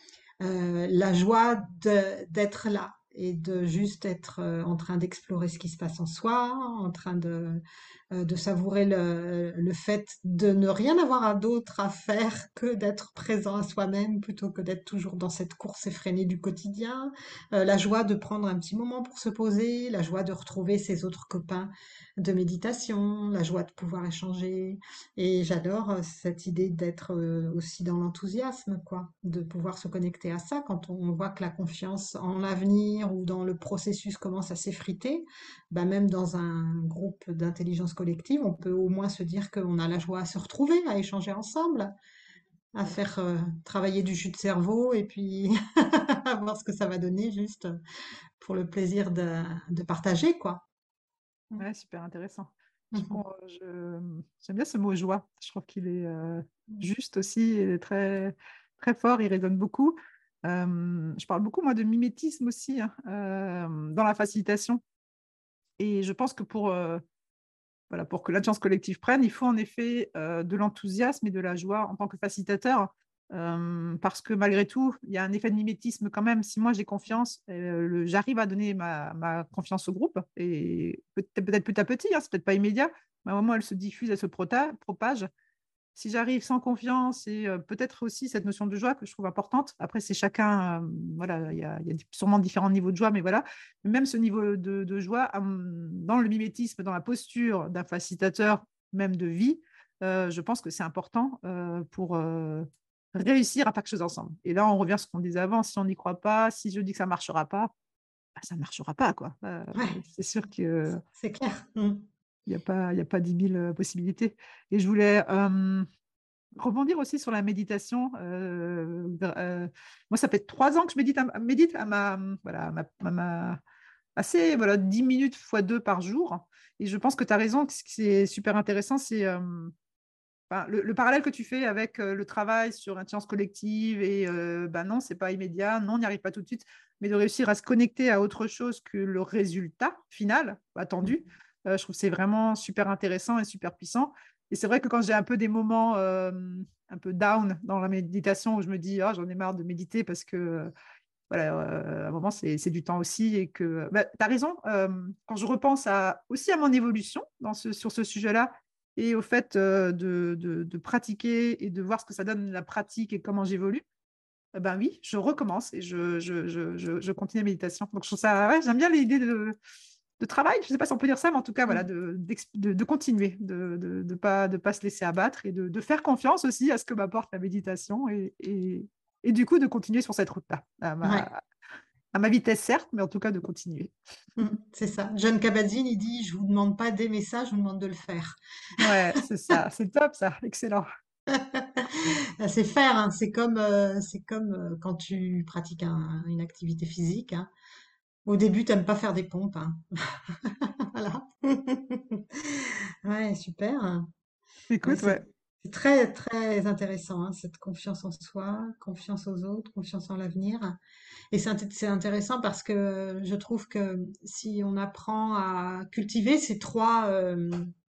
euh, la joie de- d'être là et de juste être euh, en train d'explorer ce qui se passe en soi, en train de, euh, de savourer le, le fait de ne rien avoir à d'autre à faire que d'être présent à soi-même plutôt que d'être toujours dans cette course effrénée du quotidien, euh, la joie de prendre un petit moment pour se poser, la joie de retrouver ses autres copains de méditation, la joie de pouvoir échanger. Et j'adore euh, cette idée d'être euh, aussi dans l'enthousiasme, quoi, de pouvoir se connecter à ça quand on voit que la confiance en l'avenir ou dans le processus commence à s'effriter. Bah, même dans un groupe d'intelligence collective, on peut au moins se dire qu'on a la joie à se retrouver, à échanger ensemble, à faire euh, travailler du jus de cerveau et puis à voir ce que ça va donner juste pour le plaisir de, de partager, quoi. Ouais, super intéressant. Je, Mhm. je, j'aime bien ce mot joie. Je trouve qu'il est euh, juste aussi, et très, très fort, il résonne beaucoup. Euh, je parle beaucoup, moi, de mimétisme aussi hein, euh, dans la facilitation. Et je pense que pour, euh, voilà, pour que l'intelligence collective prenne, il faut en effet euh, de l'enthousiasme et de la joie en tant que facilitateur. Euh, parce que malgré tout, il y a un effet de mimétisme quand même. Si moi j'ai confiance, euh, le- j'arrive à donner ma, ma confiance au groupe, et peut-être peut-être petit à petit, hein, c'est peut-être pas immédiat, mais à un moment elle se diffuse, elle se prota- propage. Si j'arrive sans confiance et euh, peut-être aussi cette notion de joie que je trouve importante. Après, c'est chacun, euh, voilà, il y a, il y a sûrement différents niveaux de joie, mais voilà. Même ce niveau de, de joie, euh, dans le mimétisme, dans la posture d'un facilitateur, même de vie, euh, je pense que c'est important euh, pour euh, réussir à faire quelque chose ensemble. Et là, on revient à ce qu'on disait avant. Si on n'y croit pas, si je dis que ça ne marchera pas, bah, ça ne marchera pas, quoi. Euh, Ouais, c'est sûr que c'est clair. Mm. il n'y a pas, il y a pas dix mille euh, possibilités. Et je voulais euh, rebondir aussi sur la méditation. Euh, euh, moi, ça fait trois ans que je médite à, médite à ma, voilà, à ma, à ma- assez, voilà, dix minutes fois deux par jour. Et je pense que tu as raison, que ce qui est super intéressant, c'est euh, enfin, le, le parallèle que tu fais avec euh, le travail sur l'intelligence collective et euh, ben non, c'est pas immédiat, non, on n'y arrive pas tout de suite, mais de réussir à se connecter à autre chose que le résultat final attendu. Euh, je trouve que c'est vraiment super intéressant et super puissant. Et c'est vrai que quand j'ai un peu des moments euh, un peu down dans la méditation où je me dis, oh, j'en ai marre de méditer parce que euh, voilà, euh, à un moment, c'est c'est du temps aussi. Et que bah, tu as raison, euh, quand je repense à, aussi à mon évolution dans ce, sur ce sujet-là et au fait euh, de, de, de pratiquer et de voir ce que ça donne la pratique et comment j'évolue, eh ben oui, je recommence et je, je, je, je, je continue la méditation. Donc je trouve ça, ouais, j'aime bien l'idée de, de travail, je ne sais pas si on peut dire ça, mais en tout cas, voilà, Mm. de, de, de continuer, de ne de, de pas, de pas se laisser abattre et de, de faire confiance aussi à ce que m'apporte la méditation et, et, et du coup de continuer sur cette route-là, à Ouais. ma, à ma vitesse certes, mais en tout cas de continuer. Mm. C'est ça. John Kabat-Zinn, il dit, je vous demande pas d'aimer ça, je vous demande de le faire. Ouais, c'est ça, c'est top ça, excellent. Ah, c'est faire, hein. C'est comme, euh, c'est comme euh, quand tu pratiques un- une activité physique, hein. Au début, t'aimes pas faire des pompes, hein. Voilà. Ouais, super. Ouais, Écoute, c'est ouais. c'est très, très intéressant, hein, cette confiance en soi, confiance aux autres, confiance en l'avenir. Et c'est int- c'est intéressant parce que je trouve que si on apprend à cultiver ces trois, euh,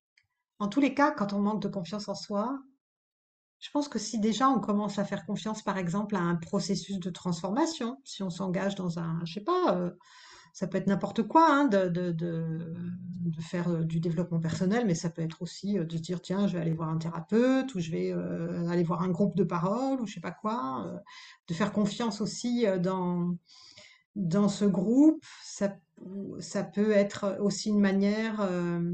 en tous les cas, quand on manque de confiance en soi, je pense que si déjà on commence à faire confiance, par exemple, à un processus de transformation, si on s'engage dans un, je sais pas, euh, ça peut être n'importe quoi, hein, de, de, de, de faire euh, du développement personnel, mais ça peut être aussi euh, de se dire, tiens, je vais aller voir un thérapeute, ou je vais euh, aller voir un groupe de parole, ou je sais pas quoi, euh, de faire confiance aussi euh, dans, dans ce groupe, ça, ça peut être aussi une manière euh,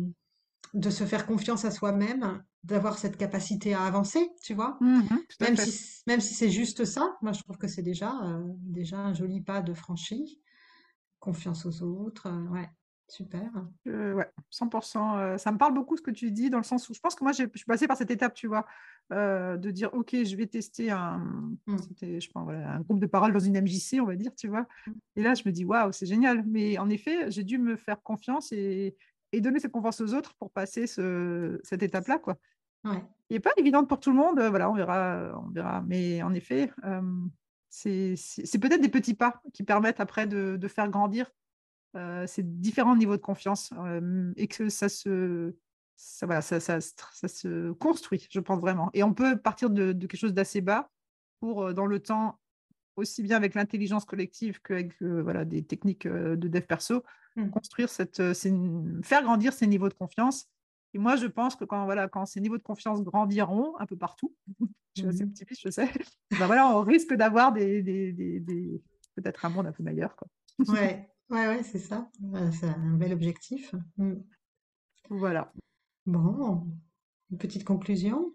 de se faire confiance à soi-même, d'avoir cette capacité à avancer, tu vois. Mhm, tout à Même si, fait. même si c'est juste ça, moi je trouve que c'est déjà, euh, déjà un joli pas de franchi. Confiance aux autres, euh, ouais, super. Euh, ouais, cent pour cent. Euh, ça me parle beaucoup ce que tu dis, dans le sens où je pense que moi, j'ai- je suis passée par cette étape, tu vois, euh, de dire, OK, je vais tester un, Mm. c'était, je pense, voilà, un groupe de parole dans une M J C, on va dire, tu vois. Et là, je me dis, waouh, c'est génial. Mais en effet, j'ai dû me faire confiance et, et donner cette confiance aux autres pour passer ce, cette étape-là, quoi. Ouais, Il n'est pas évidente pour tout le monde, euh, voilà, on verra, on verra. Mais en effet, euh, c'est c'est- c'est peut-être des petits pas qui permettent après de, de faire grandir euh, ces différents niveaux de confiance euh, et que ça se, ça, voilà, ça, ça, ça se construit, je pense vraiment. Et on peut partir de, de quelque chose d'assez bas pour, euh, dans le temps, aussi bien avec l'intelligence collective qu'avec euh, voilà, des techniques euh, de dev perso, mm. construire cette, euh, ces- faire grandir ces niveaux de confiance. Et moi, je pense que quand, voilà, quand ces niveaux de confiance grandiront un peu partout, je suis assez Mhm. optimiste, je sais, ben voilà, on risque d'avoir des, des, des, des- peut-être un monde un peu meilleur, quoi. Ouais, ouais, ouais, c'est ça. Ouais, c'est un bel objectif. Mm. Voilà. Bon, une petite conclusion.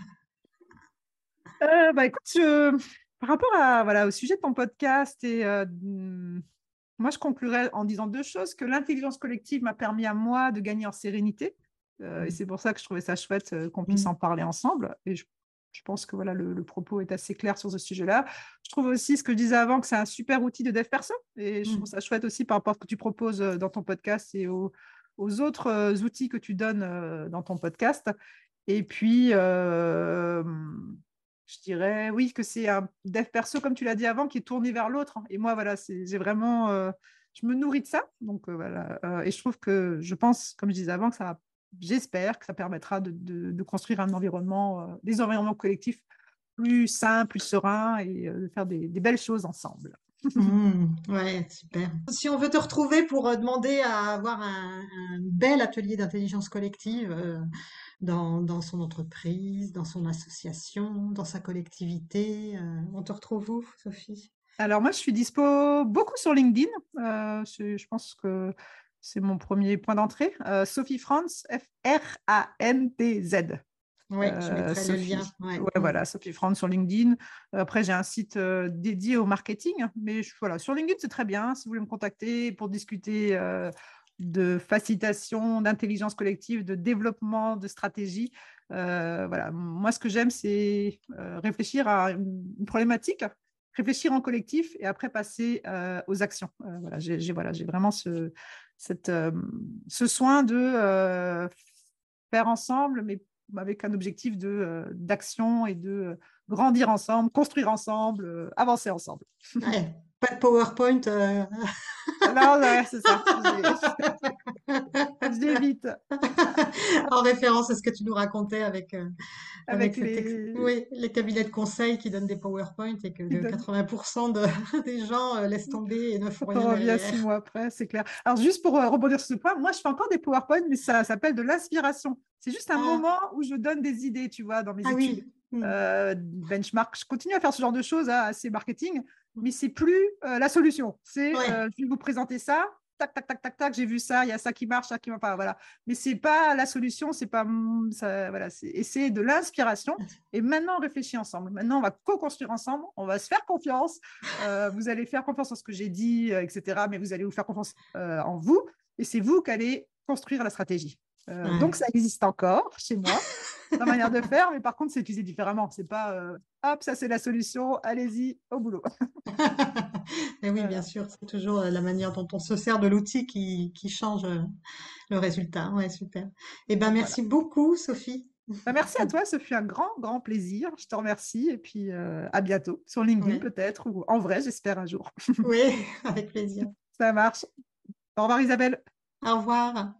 Euh, bah écoute, je- par rapport à, voilà, au sujet de ton podcast, et, euh, hmm, moi je conclurais en disant deux choses, que l'intelligence collective m'a permis à moi de gagner en sérénité, euh, et Mm. c'est pour ça que je trouvais ça chouette euh, qu'on puisse Mm. en parler ensemble, et je, je pense que voilà, le, le propos est assez clair sur ce sujet-là. Je trouve aussi ce que je disais avant, que c'est un super outil de dev perso, et je trouve Mm. ça chouette aussi par rapport à ce que tu proposes euh, dans ton podcast et au, aux autres euh, outils que tu donnes euh, dans ton podcast. Et puis, euh, je dirais, oui, que c'est un dev perso, comme tu l'as dit avant, qui est tourné vers l'autre. Et moi, voilà, c'est, j'ai vraiment, euh, je me nourris de ça. Donc, euh, voilà. Euh, et je trouve que, je pense, comme je disais avant, que ça, j'espère que ça permettra de, de, de construire un environnement, euh, des environnements collectifs plus sains, plus sereins et euh, de faire des, des belles choses ensemble. Mmh, ouais, super. Si on veut te retrouver pour euh, demander à avoir un, un bel atelier d'intelligence collective euh, dans, dans son entreprise, dans son association, dans sa collectivité, euh, on te retrouve où, Sophie? Alors, moi, je suis dispo beaucoup sur LinkedIn. Euh, je, je pense que c'est mon premier point d'entrée. Euh, Sophie Franz, F R A N T Z. Oui, je Euh, mettrai le lien. Sophie. Ouais. Ouais, Mmh. voilà, Sophie Franz sur LinkedIn. Après, j'ai un site euh, dédié au marketing, mais je- voilà, sur LinkedIn, c'est très bien. Si vous voulez me contacter pour discuter euh, de facilitation, d'intelligence collective, de développement, de stratégie. Euh, voilà, moi, ce que j'aime, c'est euh, réfléchir à une, une problématique, réfléchir en collectif et après passer euh, aux actions. Euh, voilà, j'ai, j'ai, voilà, j'ai vraiment ce, cette, euh, ce soin de euh, faire ensemble, mais avec un objectif de, euh, d'action et de euh, grandir ensemble, construire ensemble, euh, avancer ensemble. Ouais, pas de PowerPoint. euh. Là, ouais, c'est ça. J'ai- J'évite En référence à ce que tu nous racontais avec, euh, avec avec cet ex- les. oui, les cabinets de conseil qui donnent des PowerPoint et que le quatre-vingts pour cent de- des gens euh, laissent tomber et ne font On rien revient derrière. six mois après, c'est clair. Alors, juste pour euh, rebondir sur ce point, moi, je fais encore des PowerPoint, mais ça s'appelle de l'inspiration. C'est juste un Ah, moment où je donne des idées, tu vois, dans mes ah études. oui. Hmm. Euh, benchmark, je continue à faire ce genre de choses, hein, assez marketing, mais c'est plus euh, la solution. C'est, Ouais. euh, je vais vous présenter ça, tac, tac, tac, tac, tac, j'ai vu ça, il y a ça qui marche, ça qui ne va pas, voilà. Mais c'est pas la solution, c'est pas, ça, voilà, c'est essayer de l'inspiration. Et maintenant, on réfléchit ensemble. Maintenant, on va co-construire ensemble, on va se faire confiance. Euh, vous allez faire confiance en ce que j'ai dit, euh, et cetera. Mais vous allez vous faire confiance euh, en vous. Et c'est vous qui allez construire la stratégie. Euh, donc, Ouais. ça existe encore chez moi, la manière de faire. Mais par contre, c'est utilisé différemment. C'est pas, euh, hop, ça c'est la solution. Allez-y, au boulot. Mais oui, bien Voilà. sûr, c'est toujours euh, la manière dont on se sert de l'outil qui, qui change euh, le résultat. Ouais, super. Eh ben, Donc, voilà. merci beaucoup, Sophie. Bah, merci à toi. Ce fut un grand, grand plaisir. Je te remercie. Et puis, euh, à bientôt sur LinkedIn Ouais. peut-être ou en vrai, j'espère un jour. Oui, avec plaisir. Ça marche. Au revoir, Isabelle. Au revoir.